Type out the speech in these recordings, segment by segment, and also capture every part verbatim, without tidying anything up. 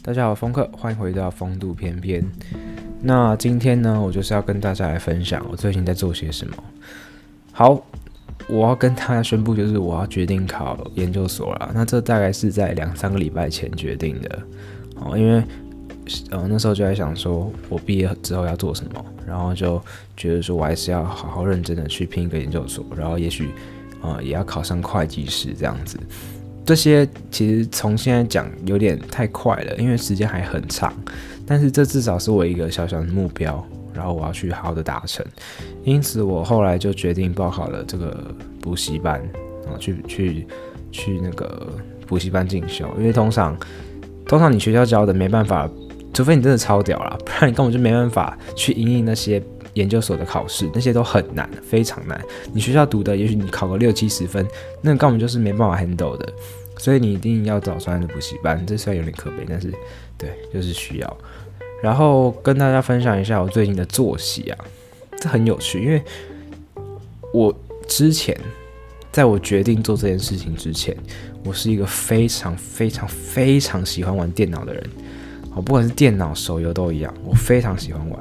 大家好，风客，欢迎回到风度翩翩。那今天呢，我就是要跟大家来分享我最近在做些什么。好，我要跟大家宣布，就是我要决定考研究所了。那这大概是在两三个礼拜前决定的，哦，因为呃那时候就在想说，我毕业之后要做什么，然后就觉得说我还是要好好认真的去拼一个研究所，然后也许呃也要考上会计师这样子。这些其实从现在讲有点太快了，因为时间还很长，但是这至少是我一个小小的目标，然后我要去好好的达成。因此我后来就决定报考了这个补习班，啊，去去去那个补习班进修。因为通常通常你学校教的没办法，除非你真的超屌啦，不然你根本就没办法去因应那些研究所的考试，那些都很难，非常难。你学校读的，也许你考个六七十分，那根本就是没办法 handle 的。所以你一定要找专业的补习班，这虽然有点可悲，但是对，就是需要。然后跟大家分享一下我最近的作息啊，这很有趣，因为我之前在我决定做这件事情之前，我是一个非常非常非常喜欢玩电脑的人，好，不管是电脑、手游都一样，我非常喜欢玩。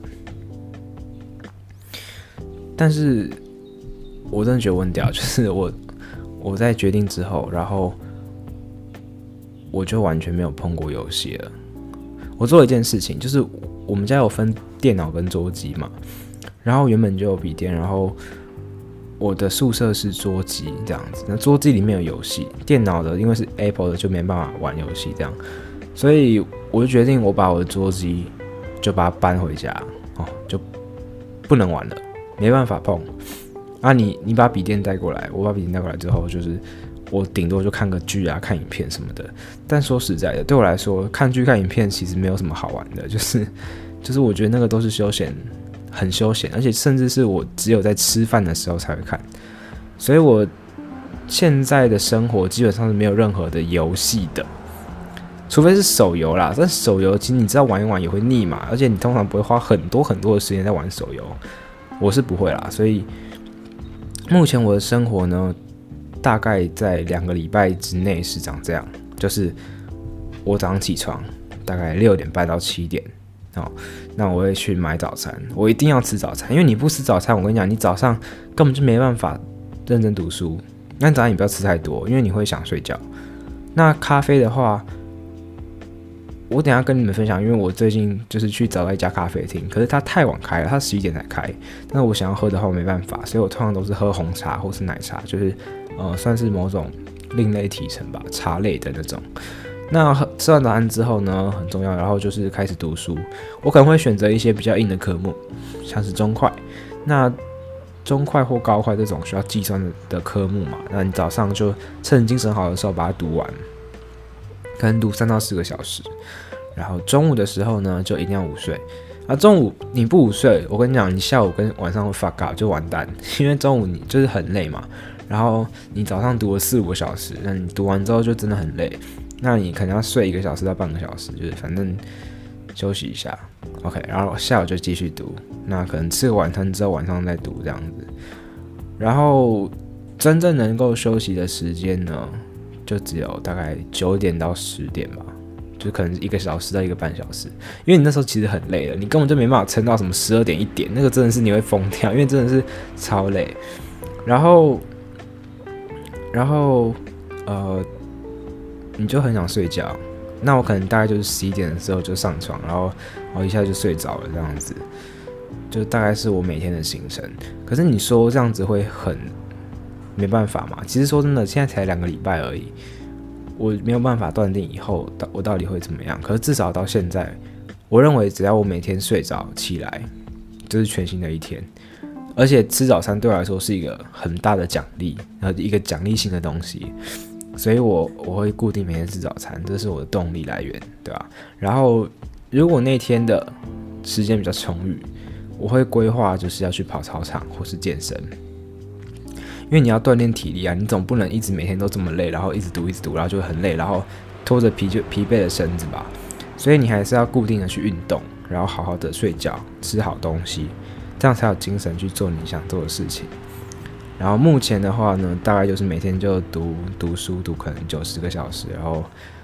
但是我真的觉得我很屌，就是我我在决定之后，然后我就完全没有碰过游戏了。我做了一件事情，就是我们家有分电脑跟桌机嘛，然后原本就有笔电，然后我的宿舍是桌机这样子。那桌机里面有游戏，电脑的因为是 Apple 的就没办法玩游戏这样，所以我就决定我把我的桌机就把它搬回家，哦，就不能玩了，没办法碰。啊你，你你把笔电带过来，我把笔电带过来之后，就是我顶多就看个剧啊、看影片什么的。但说实在的，对我来说，看剧、看影片其实没有什么好玩的，就是就是我觉得那个都是休闲，很休闲，而且甚至是我只有在吃饭的时候才会看。所以我现在的生活基本上是没有任何的游戏的，除非是手游啦。但手游其实你知道玩一玩也会腻嘛，而且你通常不会花很多很多的时间在玩手游，我是不会啦。所以目前我的生活呢，大概在两个礼拜之内是长这样，就是我早上起床大概六点半到七点，哦，那我会去买早餐，我一定要吃早餐，因为你不吃早餐，我跟你讲，你早上根本就没办法认真读书。那早上你不要吃太多，因为你会想睡觉。那咖啡的话，我等一下跟你们分享，因为我最近就是去找到一家咖啡厅，可是它太晚开了，它十一点才开。但是我想要喝的话，我没办法，所以我通常都是喝红茶或是奶茶，就是呃算是某种另类提成吧，茶类的那种。那吃完早餐之后呢，很重要，然后就是开始读书。我可能会选择一些比较硬的科目，像是中快。那中快或高快这种需要计算 的, 的科目嘛，那你早上就趁精神好的时候把它读完，可能读三到四个小时。然后中午的时候呢，就一定要午睡。啊，中午你不午睡，我跟你讲，你下午跟晚上会 fuck up 就完蛋，因为中午你就是很累嘛。然后你早上读了四五个小时，那你读完之后就真的很累，那你可能要睡一个小时到半个小时，就是反正休息一下 ，OK。然后下午就继续读，那可能吃个晚餐之后晚上再读这样子。然后真正能够休息的时间呢，就只有大概九点到十点吧。就可能一个小时到一个半小时，因为你那时候其实很累了，你根本就没办法撑到什么十二点一点，那个真的是你会疯掉，因为真的是超累。然后，然后，呃，你就很想睡觉，那我可能大概就是十一点的时候就上床，然后，然后一下就睡着了，这样子，就大概是我每天的行程。可是你说这样子会很没办法嘛？其实说真的，现在才两个礼拜而已。我没有办法断定以后我到底会怎么样，可是至少到现在，我认为只要我每天睡着起来，就是全新的一天。而且吃早餐对我来说是一个很大的奖励，然后一个奖励性的东西，所以我我会固定每天吃早餐，这是我的动力来源，对吧？然后如果那天的时间比较充裕，我会规划就是要去跑操场或是健身。因为你要锻炼体力啊，你总不能一直每天都这么累，然后一直读一直读，然后就很累，然后拖着疲疲惫的身子吧。所以你还是要固定的去运动，然后好好的睡觉，吃好东西，这样才有精神去做你想做的事情。然后目前的话呢，大概就是每天就读读书，读可能九十个小时，然后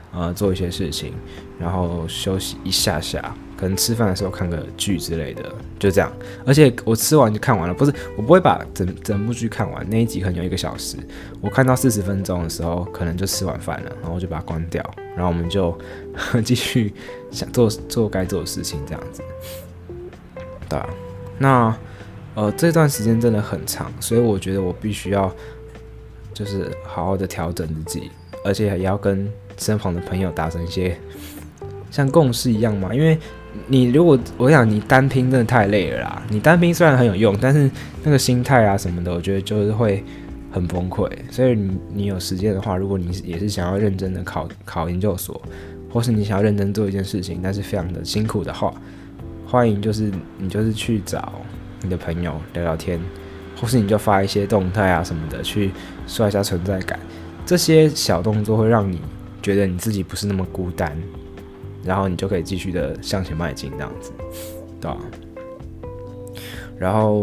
呃做一些事情，然后休息一下下，可能吃饭的时候看个剧之类的，就这样。而且我吃完就看完了，不是我不会把整整部剧看完，那一集可能有一个小时，我看到四十分钟的时候，可能就吃完饭了，然后我就把它关掉，然后我们就继续想做做该做的事情，这样子。对啊，那呃这段时间真的很长，所以我觉得我必须要就是好好的调整自己，而且也要跟身旁的朋友达成一些像共识一样嘛。因为你如果我想你单拼真的太累了啦，你单拼虽然很有用，但是那个心态啊什么的，我觉得就是会很崩溃。所以你你有时间的话，如果你也是想要认真的考考研究所，或是你想要认真做一件事情，但是非常的辛苦的话，欢迎就是你就是去找你的朋友聊聊天，或是你就发一些动态啊什么的去刷一下存在感。这些小动作会让你觉得你自己不是那么孤单，然后你就可以继续的向前迈进，这样子，对吧？然后，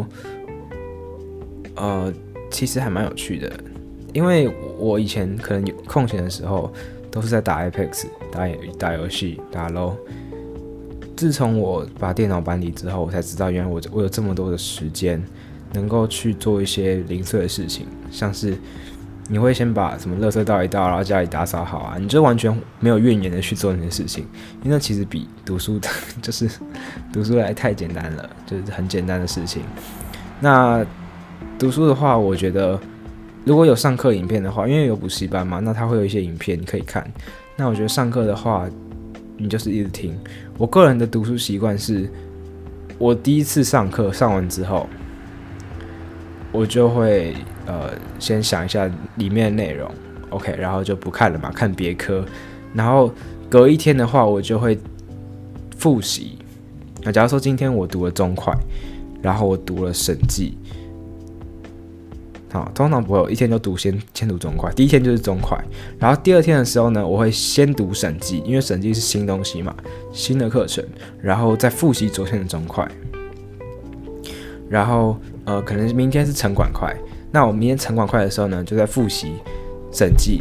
呃，其实还蛮有趣的，因为我以前可能有空闲的时候都是在打 Apex、打打游戏、打 L O。自从我把电脑搬离之后，我才知道原来我我有这么多的时间，能够去做一些零碎的事情，像是你会先把什么垃圾倒一倒，然后家里打扫好啊，你就完全没有怨言的去做那些事情，因为那其实比读书的就是读书来太简单了，就是很简单的事情。那读书的话，我觉得如果有上课影片的话，因为有补习班嘛，那它会有一些影片你可以看。那我觉得上课的话，你就是一直听。我个人的读书习惯是，我第一次上课上完之后，我就会呃先想一下里面的内容 ，OK， 然后就不看了嘛，看别科。然后隔一天的话，我就会复习。那假如说今天我读了中快，然后我读了审计。好，通常不会有一天就读先先读中快，第一天就是中快，然后第二天的时候呢，我会先读审计，因为审计是新东西嘛，新的课程，然后再复习昨天的中快，然后呃，可能明天是城管快，那我明天城管快的时候呢，就在复习审计，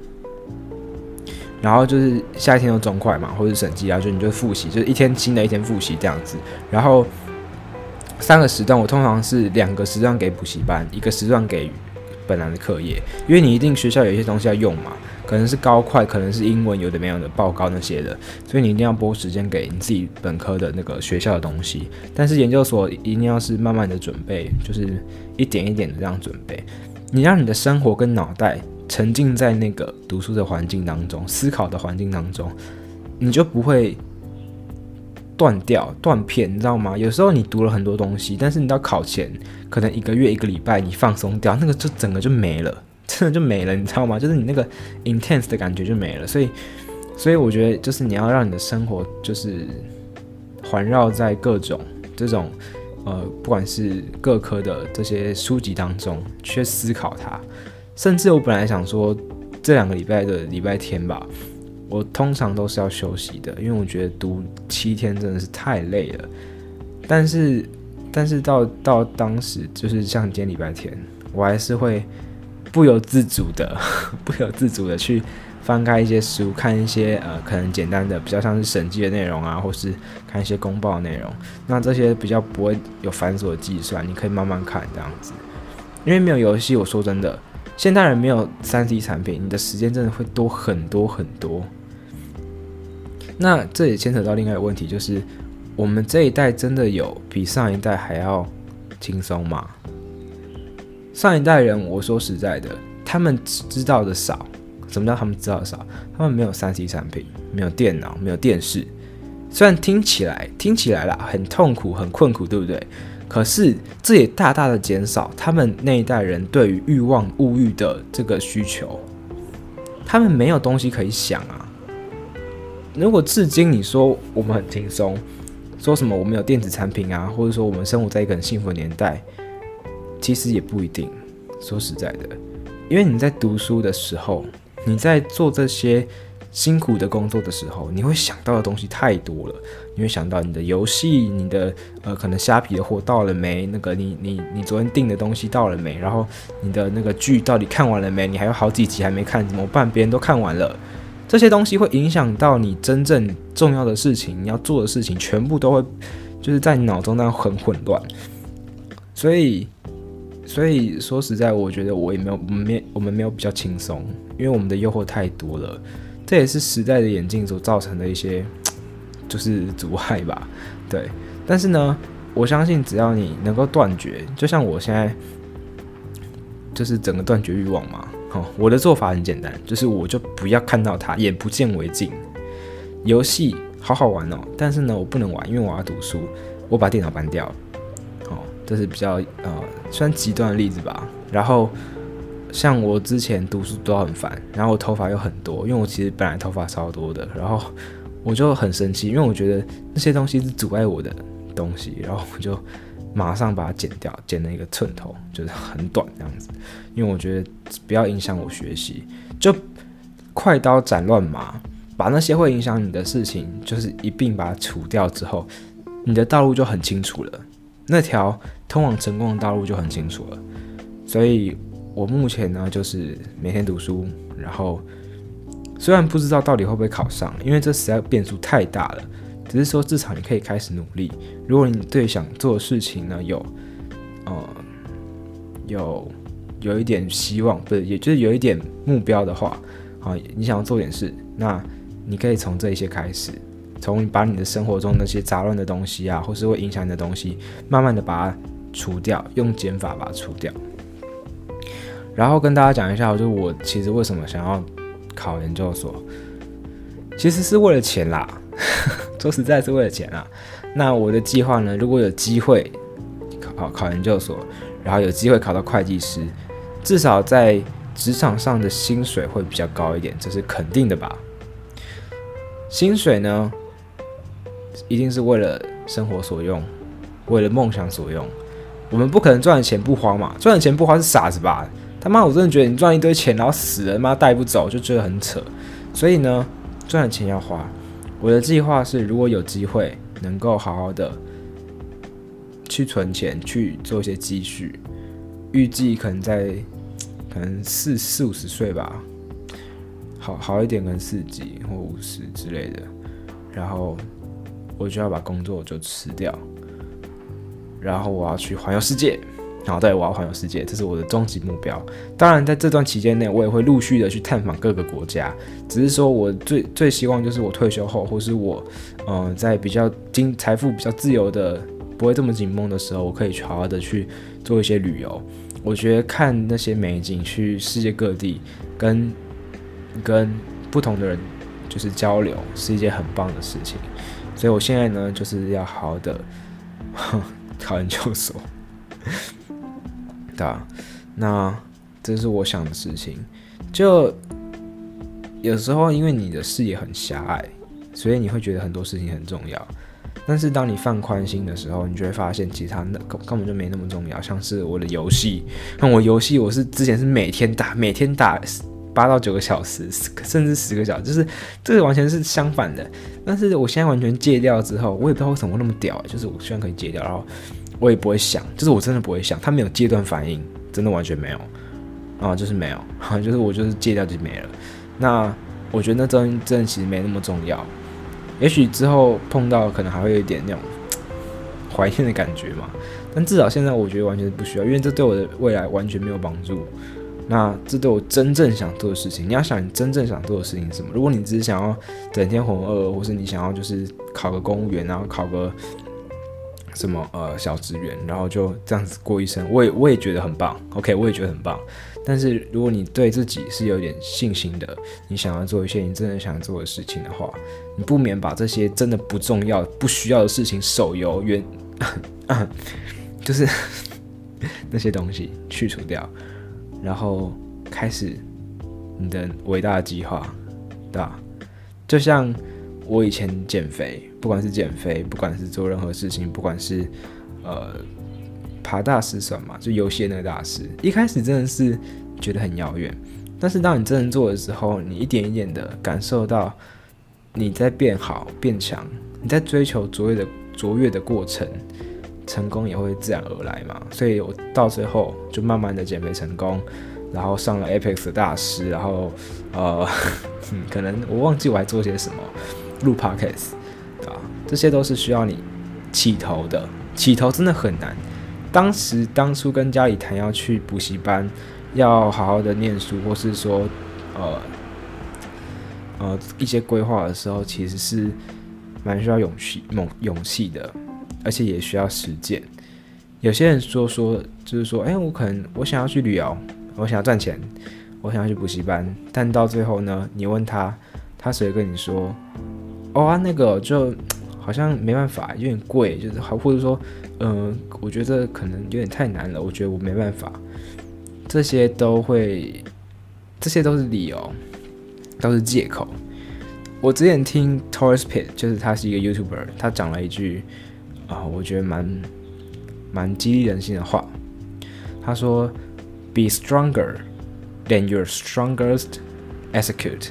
然后就是下一天又中快嘛，或者审计，然后就你就复习，就是一天新的一天复习这样子，然后。三个时段，我通常是两个时段给补习班，一个时段给本来的课业，因为你一定学校有一些东西要用嘛，可能是高快，可能是英文，有的没有的报告那些的，所以你一定要拨时间给你自己本科的那个学校的东西。但是研究所一定要是慢慢的准备，就是一点一点的这样准备，你让你的生活跟脑袋沉浸在那个读书的环境当中，思考的环境当中，你就不会断掉、断片，你知道吗？有时候你读了很多东西，但是你到考前，可能一个月、一个礼拜你放松掉，那个就整个就没了，真的就没了，你知道吗？就是你那个 intense 的感觉就没了。所以，所以我觉得就是你要让你的生活就是环绕在各种这种呃，不管是各科的这些书籍当中去思考它。甚至我本来想说，这两个礼拜的礼拜天吧。我通常都是要休息的，因为我觉得读七天真的是太累了。但是，但是到到当时，就是像今天礼拜天，我还是会不由自主的、不由自主的去翻开一些书，看一些呃可能简单的、比较像是审计的内容啊，或是看一些公报的内容。那这些比较不会有繁琐的计算，你可以慢慢看这样子。因为没有游戏，我说真的，现代人没有 三 C 产品，你的时间真的会多很多很多。那这也牵扯到另外一个问题，就是我们这一代真的有比上一代还要轻松吗？上一代人，我说实在的，他们知道的少。什么叫他们知道的少？他们没有 三 C 产品，没有电脑，没有电视。虽然听起来听起来啦，很痛苦，很困苦，对不对？可是这也大大的减少他们那一代人对于欲望、物欲的这个需求。他们没有东西可以想啊。如果至今你说我们很轻松，说什么我们有电子产品啊，或者说我们生活在一个很幸福的年代，其实也不一定。说实在的，因为你在读书的时候，你在做这些辛苦的工作的时候，你会想到的东西太多了。你会想到你的游戏，你的呃可能虾皮的货到了没？那个你你你昨天订的东西到了没？然后你的那个剧到底看完了没？你还有好几集还没看，怎么办？别人都看完了。 这些东西会影响到你真正重要的事情，你要做的事情，全部都会就是在你脑中那样很混乱。所以，所以说实在，我觉得我也没有，我们没我们没有比较轻松，因为我们的诱惑太多了。这也是时代的演进所造成的一些就是阻碍吧，对。但是呢，我相信只要你能够断绝，就像我现在就是整个断绝欲望嘛。哦，我的做法很简单，就是我就不要看到它，眼不见为净。游戏好好玩哦，但是呢，我不能玩，因为我要读书，我把电脑搬掉。哦，这是比较呃算极端的例子吧。然后像我之前读书读到很烦，然后我头发又很多，因为我其实本来头发超多的，然后我就很生气，因为我觉得那些东西是阻碍我的东西，然后我就马上把它剪掉，剪了一个寸头，就是很短这样子，因为我觉得不要影响我学习，就快刀斩乱麻，把那些会影响你的事情，就是一并把它除掉之后，你的道路就很清楚了，那条通往成功的道路就很清楚了。所以我目前呢，就是每天读书，然后虽然不知道到底会不会考上，因为这实在变数太大了。只是说，至少你可以开始努力。如果你对想做的事情呢有，呃，有有一点希望，不是，也就是有一点目标的话，啊，你想要做点事，那你可以从这一些开始，从把你的生活中那些杂乱的东西啊，或是会影响你的东西，慢慢的把它除掉，用减法把它除掉。然后跟大家讲一下，就是我其实为什么想要考研究所，其实是为了钱啦。说实在是为了钱啊。那我的计划呢，如果有机会考考研究所，然后有机会考到会计师，至少在职场上的薪水会比较高一点，这是肯定的吧。薪水呢，一定是为了生活所用，为了梦想所用。我们不可能赚了钱不花嘛，赚了钱不花是傻子吧？他妈，我真的觉得你赚一堆钱，然后死了，妈带不走，就觉得很扯。所以呢，赚了钱要花。我的计划是，如果有机会能够好好的去存钱，去做一些积蓄，预计可能在可能四四五十岁吧，好好一点，可能四几或五十之类的，然后我就要把工作就辞掉，然后我要去环游世界。好，对，我要环游世界，这是我的终极目标。当然，在这段期间内，我也会陆续的去探访各个国家。只是说我最最希望就是我退休后，或是我，呃，在比较经财富比较自由的，不会这么紧绷的时候，我可以好好的去做一些旅游。我觉得看那些美景，去世界各地，跟跟不同的人就是交流，是一件很棒的事情。所以我现在呢，就是要好好的考研究所。对啊，那这是我想的事情。就有时候因为你的视野很狭隘，所以你会觉得很多事情很重要。但是当你放宽心的时候，你就会发现其实它根本就没那么重要。像是我的游戏，看我游戏，我是之前是每天打，每天打八到九个小时，甚至十个小时，就是这个完全是相反的。但是我现在完全戒掉之后，我也不知道为什么那么屌、欸，就是我虽然可以戒掉，然后我也不会想，就是我真的不会想，它没有阶段反应，真的完全没有啊，就是没有，就是我就是戒掉就没了。那我觉得那真真的其实没那么重要，也许之后碰到可能还会有一点那种怀念的感觉嘛，但至少现在我觉得完全是不需要，因为这对我的未来完全没有帮助。那这对我真正想做的事情，你要想你真正想做的事情是什么？如果你只是想要整天浑噩，或是你想要就是考个公务员，然后考个什么呃小职员，然后就这样子过一生，我也我也觉得很棒 ，OK， 我也觉得很棒。但是如果你对自己是有点信心的，你想要做一些你真的想做的事情的话，你不免把这些真的不重要、不需要的事情手游原就是那些东西去除掉，然后开始你的伟大的计划，对吧？就像我以前减肥，不管是减肥，不管是做任何事情，不管是呃爬大师算嘛，就游戏那个大师，一开始真的是觉得很遥远，但是当你真的做的时候，你一点一点的感受到你在变好、变强，你在追求卓越的卓越的过程，成功也会自然而来嘛。所以我到最后就慢慢的减肥成功， 然后上了 Apex 的大师，然后呃，可能我忘记我还做些什么，录 Podcast， 对吧？这些都是需要你起头的，起头真的很难。当时当初跟家里谈要去补习班，要好好的念书，或是说呃呃一些规划的时候，其实是蛮需要勇气、勇勇气的，而且也需要实践。有些人说说就是说，哎、欸，我可能我想要去旅游，我想要赚钱，我想要去补习班，但到最后呢，你问他，他只会跟你说，哦啊，那个就好像没办法，有点贵，就是好，或者说，嗯、呃，我觉得可能有点太难了，我觉得我没办法。这些都会，这些都是理由，都是借口。我之前听 Torres Pitt， 就是他是一个 YouTuber， 他讲了一句啊、呃，我觉得蛮蛮激励人心的话。他说 ：“Be stronger than your strongest execute.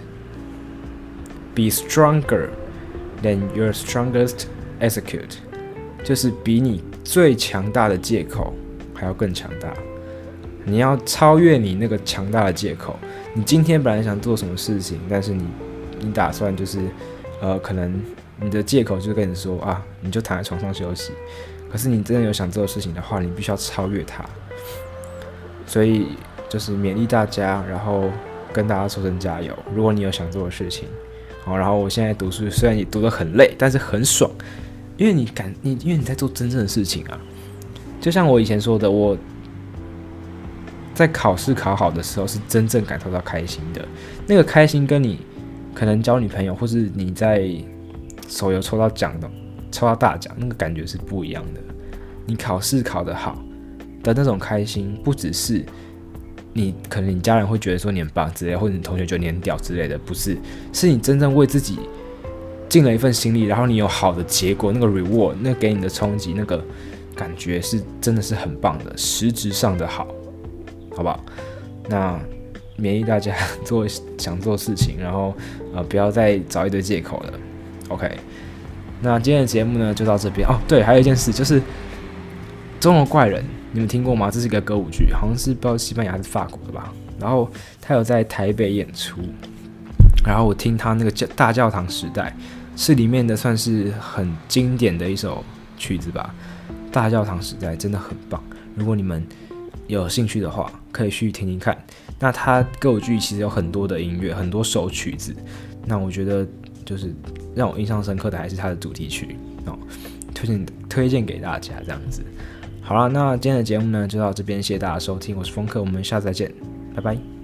Be stronger than your strongest execute， 就是比你最强大的借口还要更强大。你要超越你那个强大的借口。你今天本来想做什么事情，但是你你打算就是，呃，可能你的借口就是跟你说啊，你就躺在床上休息。可是你真的有想做的事情的话，你必须要超越它。所以就是勉励大家，然后跟大家说声加油。如果你有想做的事情，好，然后我现在读书虽然也读得很累，但是很爽，因为你感你因为你在做真正的事情啊。就像我以前说的，我在考试考好的时候是真正感受到开心的。那个开心跟你可能交女朋友，或是你在手游抽到奖的、抽到大奖，那个感觉是不一样的。你考试考得好的那种开心，不只是你可能你家人会觉得说你很棒之类，或者你同学觉得你很屌之类的，不是，是你真正为自己尽了一份心力，然后你有好的结果，那个 reward， 那个给你的冲击，那个感觉是真的是很棒的，实质上的好，好不好？那勉励大家做想做事情，然后呃不要再找一堆借口了。OK， 那今天的节目呢就到这边哦。对，还有一件事就是《钟楼怪人》，你们听过吗？这是一个歌舞剧，好像是不知道西班牙还是法国的吧。然后他有在台北演出，然后我听他那个大教堂时代是里面的算是很经典的一首曲子吧。大教堂时代真的很棒，如果你们有兴趣的话，可以去听听看。那他歌舞剧其实有很多的音乐，很多首曲子。那我觉得就是让我印象深刻的还是他的主题曲哦，推荐推荐给大家这样子。好了，那今天的节目呢就到这边，谢谢大家收听，我是峰克，我们下次再见，拜拜。